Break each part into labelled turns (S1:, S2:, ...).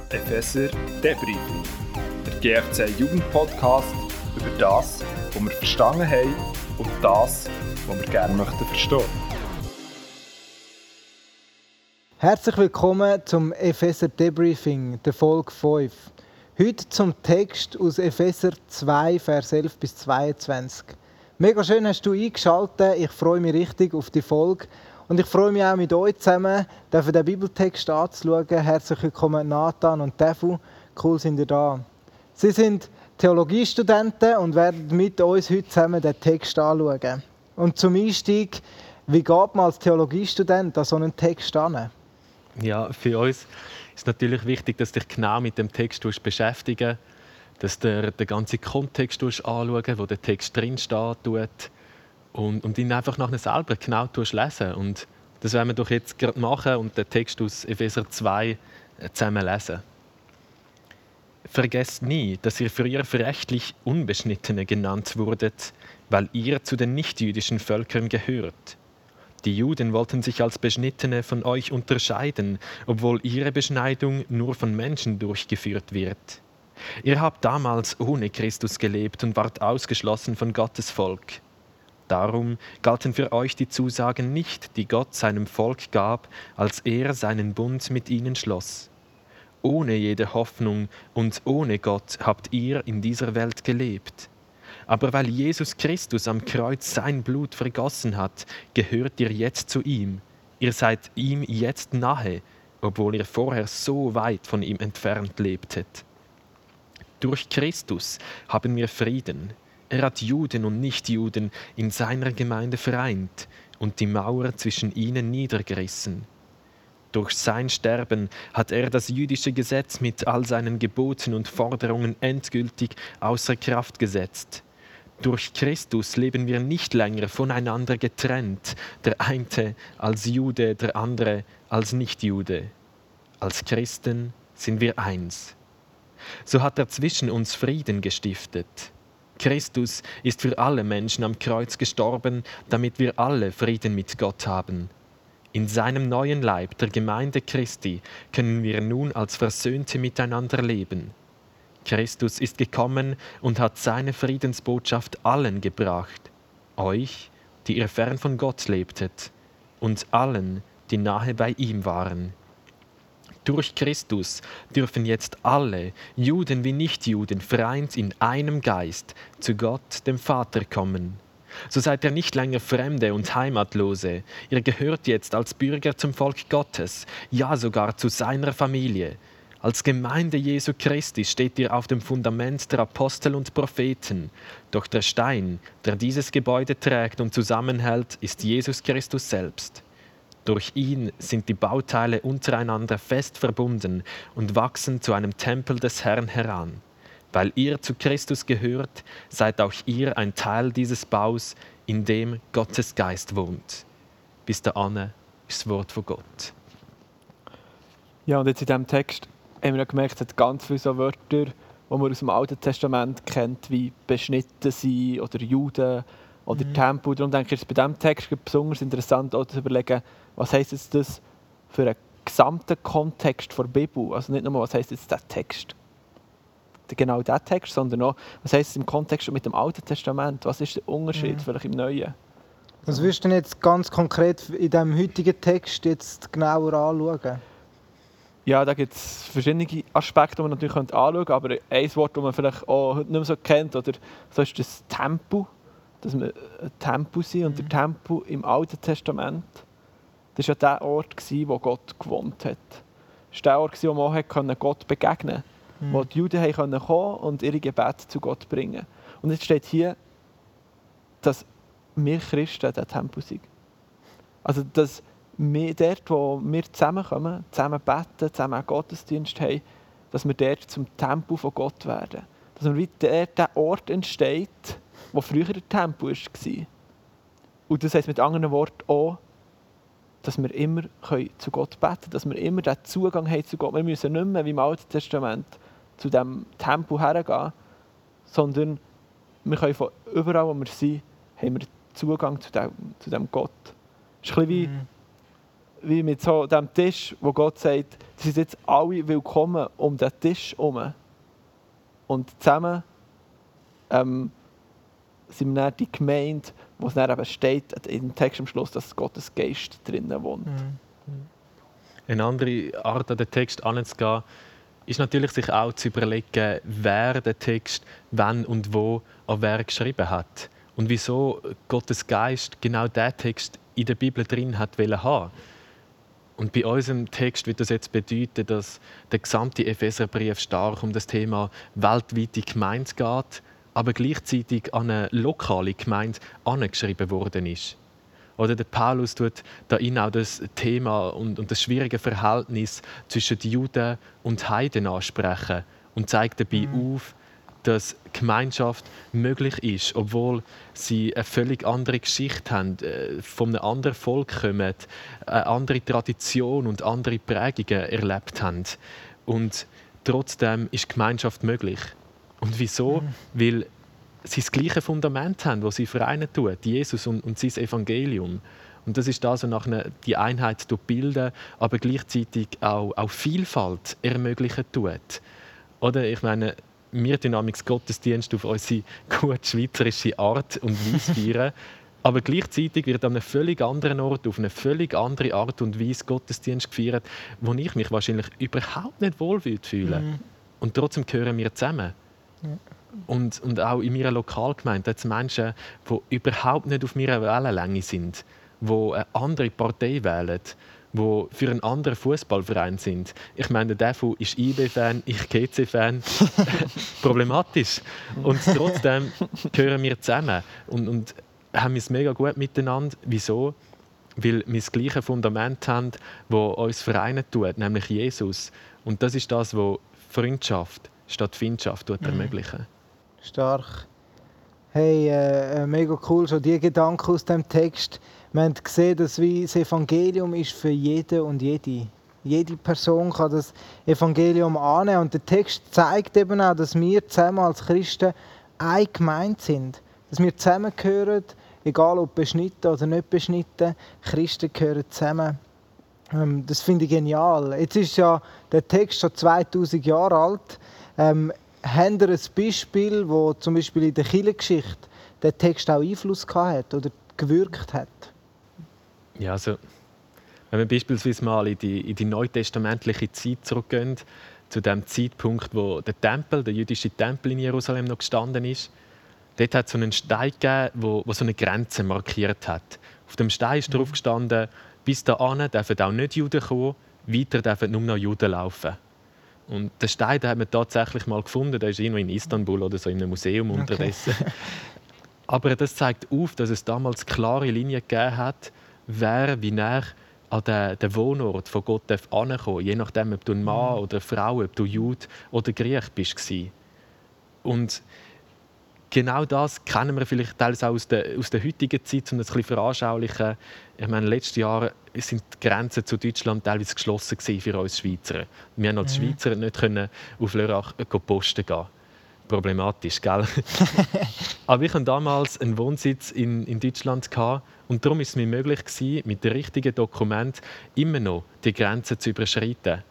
S1: Epheser Debriefing, der GFC-Jugendpodcast über das, was wir verstanden haben und das, was wir gerne möchten verstehen.
S2: Herzlich willkommen zum Epheser Debriefing, der Folge 5. Heute zum Text aus Epheser 2, Vers 11 bis 22. Mega schön hast du eingeschaltet. Ich freue mich richtig auf die Folge. Und ich freue mich auch mit euch zusammen, den Bibeltext anzuschauen. Herzlich willkommen Nathan und Defu. Cool, sind ihr da. Sie sind Theologiestudenten und werden mit uns heute zusammen den Text anschauen. Und zum Einstieg, wie geht man als Theologiestudent an so einen Text an?
S3: Ja, für uns ist natürlich wichtig, dass du dich genau mit dem Text beschäftigen, dass du den ganzen Kontext anschauen, wo der Text drin steht, und ihn einfach nachher selber genau lesen. Und das werden wir doch jetzt gerade machen und den Text aus Epheser 2 zusammen lesen. Vergesst nie, dass ihr früher rechtlich Unbeschnittene genannt wurdet, weil ihr zu den nichtjüdischen Völkern gehört. Die Juden wollten sich als Beschnittene von euch unterscheiden, obwohl ihre Beschneidung nur von Menschen durchgeführt wird. Ihr habt damals ohne Christus gelebt und wart ausgeschlossen von Gottes Volk. Darum galten für euch die Zusagen nicht, die Gott seinem Volk gab, als er seinen Bund mit ihnen schloss. Ohne jede Hoffnung und ohne Gott habt ihr in dieser Welt gelebt. Aber weil Jesus Christus am Kreuz sein Blut vergossen hat, gehört ihr jetzt zu ihm. Ihr seid ihm jetzt nahe, obwohl ihr vorher so weit von ihm entfernt lebtet. Durch Christus haben wir Frieden. Er hat Juden und Nichtjuden in seiner Gemeinde vereint und die Mauer zwischen ihnen niedergerissen. Durch sein Sterben hat er das jüdische Gesetz mit all seinen Geboten und Forderungen endgültig außer Kraft gesetzt. Durch Christus leben wir nicht länger voneinander getrennt, der eine als Jude, der andere als Nichtjude. Als Christen sind wir eins. So hat er zwischen uns Frieden gestiftet. Christus ist für alle Menschen am Kreuz gestorben, damit wir alle Frieden mit Gott haben. In seinem neuen Leib, der Gemeinde Christi, können wir nun als Versöhnte miteinander leben. Christus ist gekommen und hat seine Friedensbotschaft allen gebracht, euch, die ihr fern von Gott lebtet, und allen, die nahe bei ihm waren. Durch Christus dürfen jetzt alle, Juden wie Nichtjuden, vereint in einem Geist zu Gott, dem Vater, kommen. So seid ihr nicht länger Fremde und Heimatlose. Ihr gehört jetzt als Bürger zum Volk Gottes, ja sogar zu seiner Familie. Als Gemeinde Jesu Christi steht ihr auf dem Fundament der Apostel und Propheten. Doch der Stein, der dieses Gebäude trägt und zusammenhält, ist Jesus Christus selbst. Durch ihn sind die Bauteile untereinander fest verbunden und wachsen zu einem Tempel des Herrn heran. Weil ihr zu Christus gehört, seid auch ihr ein Teil dieses Baus, in dem Gottes Geist wohnt. Bis dahin ist das Wort von Gott.
S4: Ja, und jetzt in diesem Text haben wir gemerkt, es hat ganz viele so Wörter, die man aus dem Alten Testament kennt, wie beschnitten sein oder Juden oder Tempel. Darum denke ich, ist bei diesem Text besonders interessant, auch zu überlegen, was heisst jetzt das für einen gesamten Kontext der Bibel. Also nicht nur, was heisst jetzt der Text, genau dieser Text, sondern auch, was heisst es im Kontext mit dem Alten Testament. Was ist der Unterschied vielleicht im Neuen?
S2: Was würdest du denn jetzt ganz konkret in diesem heutigen Text jetzt genauer anschauen?
S4: Ja, da gibt es verschiedene Aspekte, die man natürlich anschauen könnte, aber ein Wort, das man vielleicht auch heute nicht mehr so kennt, oder so ist das Tempel, dass wir ein Tempel sind. Und der Tempel im Alten Testament, das war ja der Ort, wo Gott gewohnt hat. Das war der Ort, wo man Gott begegnen konnte, wo die Juden kommen und ihre Gebete zu Gott bringen. Und jetzt steht hier, dass wir Christen der Tempel sind. Also, dass wir dort, wo wir zusammenkommen, zusammen beten, zusammen einen Gottesdienst haben, dass wir dort zum Tempel von Gott werden. Dass wir wie dort der Ort entsteht, wo früher der Tempel war. Und das heisst mit anderen Worten auch, dass wir immer zu Gott beten können, dass wir immer den Zugang haben zu Gott. Wir müssen nicht mehr wie im Alten Testament zu diesem Tempel hergehen, sondern wir können von überall, wo wir sind, haben wir Zugang zu diesem Gott. Es ist ein bisschen wie mit so diesem Tisch, wo Gott sagt, die sind jetzt alle willkommen um den Tisch herum. Und zusammen sind wir dann die Gemeinde, wo es dann eben steht, im Text am Schluss, dass Gottes Geist drinnen wohnt.
S3: Eine andere Art, an den Text heranzugehen, ist natürlich, sich auch zu überlegen, wer den Text wann und wo an wer geschrieben hat. Und wieso Gottes Geist genau diesen Text in der Bibel drin hat haben. Und bei unserem Text wird das jetzt bedeuten, dass der gesamte Epheserbrief stark um das Thema weltweite Gemeinde geht, aber gleichzeitig an eine lokale Gemeinde angeschrieben worden ist. Oder der Paulus tut darin auch das Thema und das schwierige Verhältnis zwischen den Juden und Heiden ansprechen und zeigt dabei auf, dass Gemeinschaft möglich ist, obwohl sie eine völlig andere Geschichte haben, von einem anderen Volk kommen, eine andere Tradition und andere Prägungen erlebt haben. Und trotzdem ist Gemeinschaft möglich. Und wieso? Weil sie das gleiche Fundament haben, das sie vereinen tun, Jesus und sein Evangelium. Und das ist das, was nachher die Einheit bilden, aber gleichzeitig auch Vielfalt ermöglichen tut. Oder ich meine, wir dynamisch Gottesdienst auf unsere gut schweizerische Art und Weise feiern, aber gleichzeitig wird an einem völlig anderen Ort, auf eine völlig andere Art und Weise Gottesdienst gefeiert, wo ich mich wahrscheinlich überhaupt nicht wohl fühle. Und trotzdem gehören wir zusammen. Und auch in meiner Lokalgemeinde hat es Menschen, die überhaupt nicht auf meiner Wellenlänge sind, die eine andere Partei wählen, die für einen anderen Fußballverein sind. Ich meine, der davon ist IB-Fan, ich GC-Fan. Problematisch. Und trotzdem gehören wir zusammen und haben es mega gut miteinander. Wieso? Weil wir das gleiche Fundament haben, das uns vereinen tut, nämlich Jesus. Und das ist das, was Freundschaft statt Feindschaft ermöglichen.
S2: Stark. Hey, mega cool, schon die Gedanken aus dem Text. Wir haben gesehen, dass das Evangelium ist für jeden und jede. Jede Person kann das Evangelium annehmen. Und der Text zeigt eben auch, dass wir zusammen als Christen eine Gemeinde sind. Dass wir zusammengehören, egal ob beschnitten oder nicht beschnitten. Christen gehören zusammen. Das finde ich genial. Jetzt ist ja der Text schon 2000 Jahre alt. Habt ihr ein Beispiel, wo zum Beispiel in der Kirchengeschichte der Text auch Einfluss gehabt hat oder gewirkt hat?
S3: Ja, also, wenn wir beispielsweise mal in die neutestamentliche Zeit zurückgehen, zu dem Zeitpunkt, wo der jüdische Tempel in Jerusalem noch gestanden ist, dort hat es so einen Stein gegeben, wo so eine Grenze markiert hat. Auf dem Stein ist drauf gestanden, bis dahin dürfen auch nicht Juden kommen, weiter dürfen nur noch Juden laufen. Und den Stein hat man tatsächlich mal gefunden, der ist irgendwo in Istanbul oder so in einem Museum unterdessen. Okay. Aber das zeigt auf, dass es damals klare Linien gegeben hat, wer wie näher an den Wohnort von Gott herankommen darf, je nachdem, ob du ein Mann oder eine Frau, ob du Jude oder Griech bist. Und genau das kennen wir vielleicht teils auch aus der heutigen Zeit, um das ein bisschen veranschaulichen. Ich meine, letztes Jahr sind die Grenzen zu Deutschland teilweise geschlossen für uns Schweizer. Wir haben als Schweizer nicht auf Lörrach posten gehen. Problematisch, gell? Aber ich hatte damals einen Wohnsitz in Deutschland und darum war es mir möglich, mit dem richtigen Dokument immer noch die Grenzen zu überschreiten.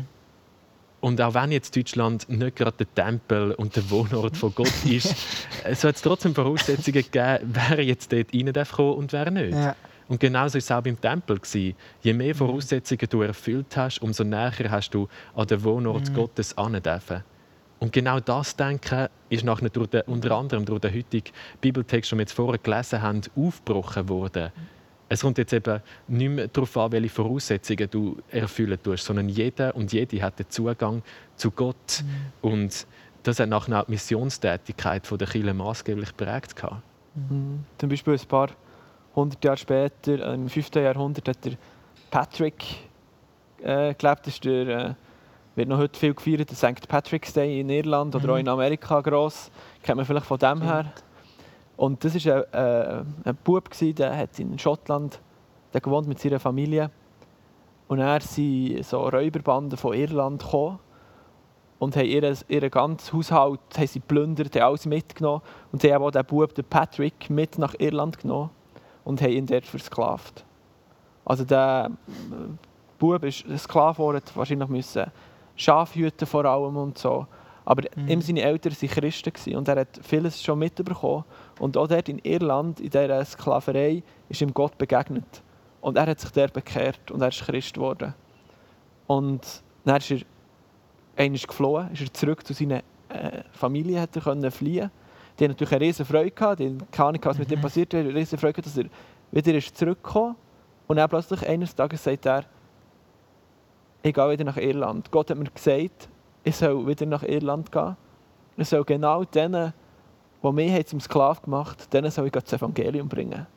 S3: Und auch wenn jetzt Deutschland nicht gerade der Tempel und der Wohnort von Gott ist, es hat trotzdem Voraussetzungen gegeben, wer jetzt dort rein darf und wer nicht. Ja. Und genauso war es auch beim Tempel. Je mehr Voraussetzungen du erfüllt hast, umso näher hast du an den Wohnort Gottes hin dürfen. Und genau das Denken ist nachher unter anderem durch den heutigen Bibeltext, den wir jetzt vorher gelesen haben, aufgebrochen worden. Es kommt jetzt eben nicht mehr darauf an, welche Voraussetzungen du erfüllen tust, sondern jeder und jede hat den Zugang zu Gott. Und das hat nachher auch die Missionstätigkeit der Kirche maßgeblich geprägt.
S4: Zum Beispiel ein paar 100 Jahre später, im 5. Jahrhundert, hat der Patrick gelebt. Das ist wird noch heute viel gefeiert, der St. Patrick's Day in Irland oder auch in Amerika gross. Kennt man vielleicht von dem her. Und das war ein Bub, der hat in Schottland gewohnt mit seiner Familie. Und er sind so Räuberbanden von Irland gekommen und haben ihren ganzen Haushalt haben sie geplündert, haben alles mitgenommen. Und sie haben auch den Bub, den Patrick, mit nach Irland genommen und haben ihn dort versklavt. Also der Bub ist ein Sklave, hat wahrscheinlich müssen Schafe hüten vor allem und so. Aber ihm seine Eltern waren Christen und er hat vieles schon mitbekommen. Und auch dort in Irland, in dieser Sklaverei, ist ihm Gott begegnet. Und er hat sich dort bekehrt und er ist Christ geworden. Und dann ist er einmal geflohen, ist er zurück zu seiner Familie, hat er können fliehen. Die haben natürlich eine riesen Freude gehabt, die haben keine Ahnung, was mit ihm passiert ist, eine riesen Freude gehabt, dass er wieder ist zurückgekommen. Und dann plötzlich eines Tages sagt er, ich gehe wieder nach Irland. Gott hat mir gesagt, ich soll wieder nach Irland gehen. Ich soll genau denen, die mich zum Sklaven gemacht haben, denen soll ich das Evangelium bringen.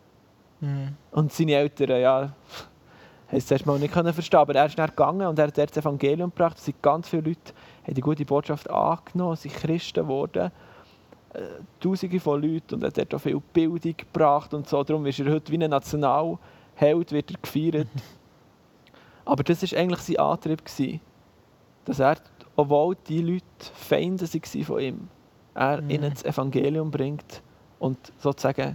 S4: Und seine Eltern, ja, haben es zuerst mal nicht verstehen, aber er ist dann gegangen und er hat das Evangelium gebracht. Es sind ganz viele Leute, haben die gute Botschaft angenommen, sind Christen geworden. Tausende von Leuten und er hat auch viel Bildung gebracht und so. Darum ist er heute wie ein Nationalheld, wird er gefeiert. Aber das war eigentlich sein Antrieb, dass er, obwohl die Leute Feinde waren von ihm, er ihnen das Evangelium bringt und sozusagen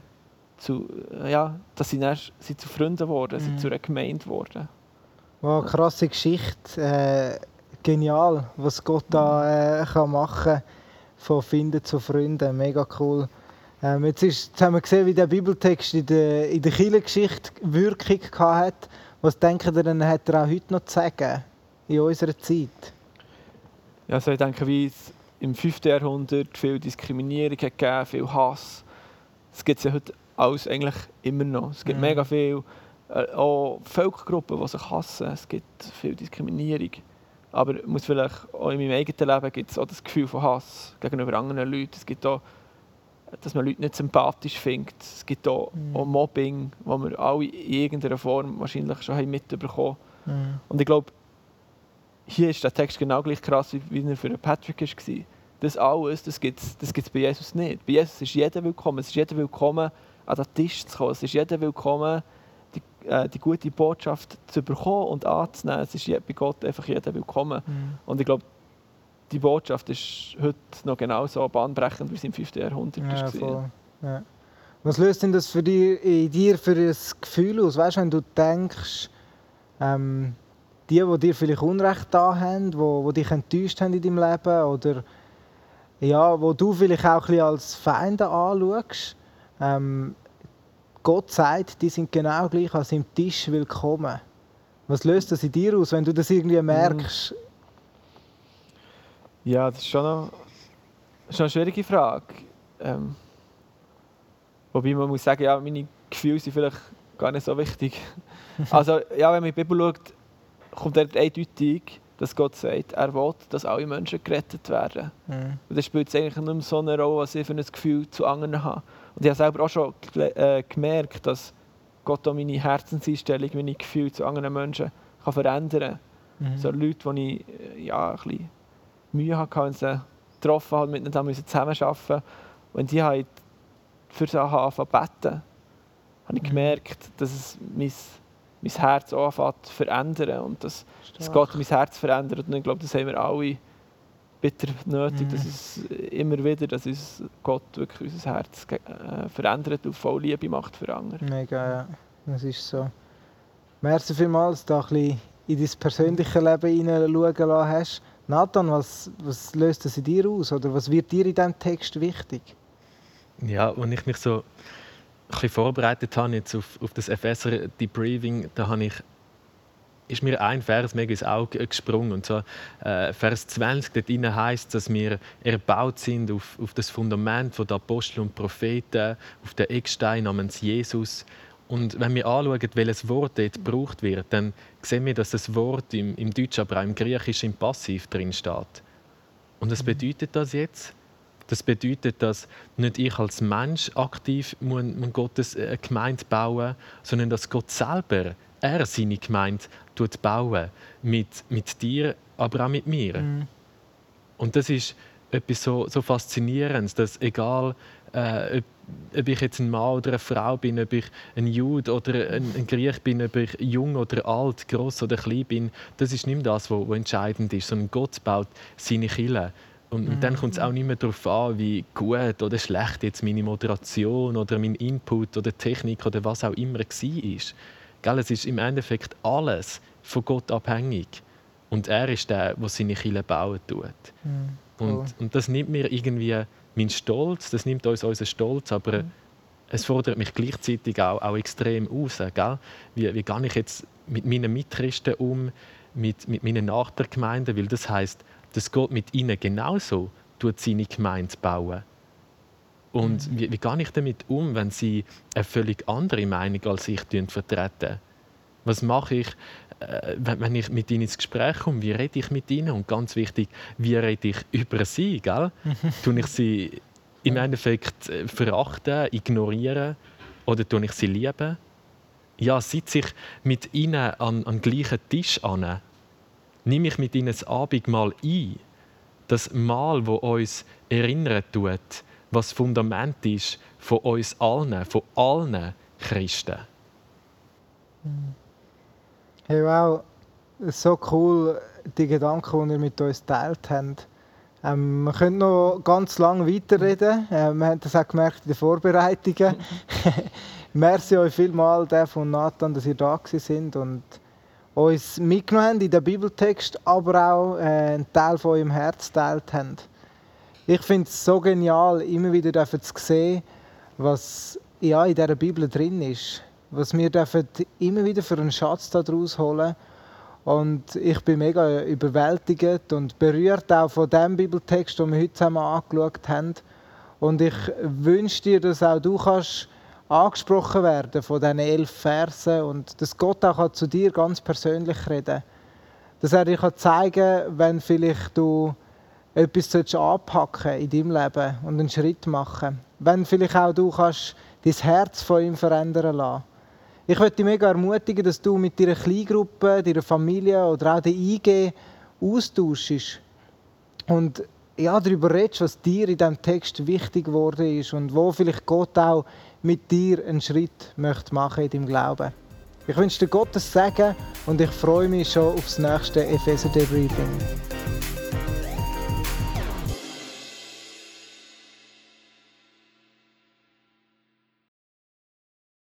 S4: dass sie dann zu Freunden geworden sind, zu einer Gemeinde geworden.
S2: Wow, krasse Geschichte. Genial, was Gott da kann machen kann. Von Finden zu Freunden. Mega cool. Jetzt haben wir gesehen, wie der Bibeltext in der Kirchengeschichte Wirkung hatte. Was denken ihr denn, hat er auch heute noch zu sagen, in unserer Zeit?
S4: Ja, also ich denke, wie es im 5. Jahrhundert viel Diskriminierung hat gegeben, viel Hass. Das gibt es ja heute alles eigentlich immer noch. Es gibt mega viel, auch Völkergruppen, die sich hassen. Es gibt viel Diskriminierung. Aber muss vielleicht auch in meinem eigenen Leben gibt es auch das Gefühl von Hass gegenüber anderen Leuten. Es gibt auch, dass man Leute nicht sympathisch findet. Es gibt auch Mobbing, das wir alle in irgendeiner Form wahrscheinlich schon mitbekommen haben. Und ich glaube, hier ist der Text genau gleich krass, wie er für Patrick war. Das alles, das gibt's bei Jesus nicht. Bei Jesus ist jeder willkommen. Es ist jeder willkommen, an den Tisch zu kommen. Es ist jeder willkommen, die gute Botschaft zu bekommen und anzunehmen. Es ist bei Gott einfach jeder willkommen. Und ich glaube, die Botschaft ist heute noch genauso bahnbrechend, wie sie im 5. Jahrhundert war.
S2: Ja. Was löst denn das in dir für ein Gefühl aus? Weißt du, wenn du denkst, die dir vielleicht Unrecht da haben, die dich enttäuscht haben in deinem Leben oder ja, wo du vielleicht auch ein bisschen als Feinde anschaust, Gott sagt, die sind genau gleich an seinem Tisch willkommen. Was löst das in dir aus, wenn du das irgendwie merkst?
S4: Ja, das ist schon eine schwierige Frage. Wobei man muss sagen, ja, meine Gefühle sind vielleicht gar nicht so wichtig. Also, ja, wenn man in die Bibel schaut, kommt dort eindeutig, dass Gott sagt, er will, dass alle Menschen gerettet werden. Und das spielt eigentlich nicht mehr so eine Rolle, was ich für ein Gefühl zu anderen habe. Und ich habe selber auch schon gemerkt, dass Gott auch meine Herzenseinstellung, meine Gefühle zu anderen Menschen kann verändern kann. So Leute, die ich ein bisschen Mühe hatte, wenn sie getroffen haben, mit ihnen zusammenarbeiten musste. Wenn die halt für sie anfangen zu beten, habe ich gemerkt, dass es mein Herz auch anfängt zu verändern und dass Gott mein Herz verändert. Und ich glaube, das haben wir alle bitter nötig, dass es immer wieder, dass uns Gott wirklich unser Herz verändert und voll Liebe macht für andere.
S2: Mega, ja. Das ist so. Merci vielmals, dass du ein bisschen in dein persönliche Leben hineinschauen lassen hast. Nathan, was löst das in dir aus? Oder was wird dir in diesem Text wichtig?
S3: Ja, als ich mich so ein bisschen vorbereitet habe jetzt auf das Epheser-Debriefing, ist mir ein Vers mega ins Auge gesprungen. Und zwar Vers 20, dort heisst, dass wir erbaut sind auf das Fundament der Apostel und Propheten, auf den Eckstein namens Jesus. Und wenn wir anschauen, welches Wort dort gebraucht wird, dann sehen wir, dass das Wort im Deutschen, aber auch im Griechischen im Passiv drin steht. Und was bedeutet das jetzt? Das bedeutet, dass nicht ich als Mensch aktiv Gottes Gemeinde bauen muss, sondern dass Gott selber seine Gemeinde bauen mit dir, aber auch mit mir. Und das ist etwas so Faszinierendes, dass egal, ob ich jetzt ein Mann oder eine Frau bin, ob ich ein Jude oder ein Griech bin, ob ich jung oder alt, gross oder klein bin, das ist nicht das, was entscheidend ist, sondern Gott baut seine Kirche. Und dann kommt es auch nicht mehr darauf an, wie gut oder schlecht jetzt meine Moderation oder mein Input oder Technik oder was auch immer war. Gell, es ist im Endeffekt alles von Gott abhängig. Und er ist der, der seine Kirche bauen tut.
S2: Cool.
S3: Und das nimmt mir irgendwie meinen Stolz, das nimmt uns unseren Stolz, aber es fordert mich gleichzeitig auch extrem aus. Gell? Wie gehe ich jetzt mit meinen Mitchristen um, mit meinen Nachbargemeinden? Weil das heisst, dass Gott mit ihnen genauso seine Gemeinde bauen. Und wie gehe ich damit um, wenn sie eine völlig andere Meinung als ich vertreten? Was mache ich, wenn ich mit ihnen ins Gespräch komme? Wie rede ich mit ihnen? Und ganz wichtig, wie rede ich über sie? Gell? Tue ich sie im Endeffekt verachten, ignorieren oder tue ich sie lieben? Ja, sitze ich mit ihnen an den gleichen Tisch an? Nehme ich mit ihnen das Abendmahl ein? Das Mahl, das uns erinnern tut, was das Fundament ist von uns allen, von allen Christen.
S2: Hey, wow, so cool, die Gedanken, die ihr mit uns geteilt habt. Wir können noch ganz lange weiterreden. Wir haben das auch gemerkt in den Vorbereitungen. Merci euch vielmals, Dave und Nathan, dass ihr da sind und uns mitgenommen habt in den Bibeltext, aber auch einen Teil von eurem Herz geteilt habt. Ich finde es so genial, immer wieder zu sehen, was in dieser Bibel drin ist. Was wir immer wieder für einen Schatz daraus holen. Und ich bin mega überwältigt und berührt auch von dem Bibeltext, den wir heute zusammen angeschaut haben. Und ich wünsche dir, dass auch du kannst angesprochen werden von diesen 11 Versen und dass Gott auch zu dir ganz persönlich reden kann. Dass er dir zeigen kann, wenn vielleicht du etwas anpacken in deinem Leben und einen Schritt machen. Wenn vielleicht auch du kannst dein Herz von ihm verändern lassen. Ich möchte dich mega ermutigen, dass du mit deiner Kleingruppe, deiner Familie oder auch der IG austauschst und darüber redest, was dir in diesem Text wichtig geworden ist und wo vielleicht Gott auch mit dir einen Schritt möchte machen in deinem Glauben. Ich wünsche dir Gottes Segen und ich freue mich schon auf das nächste Epheser Debriefing.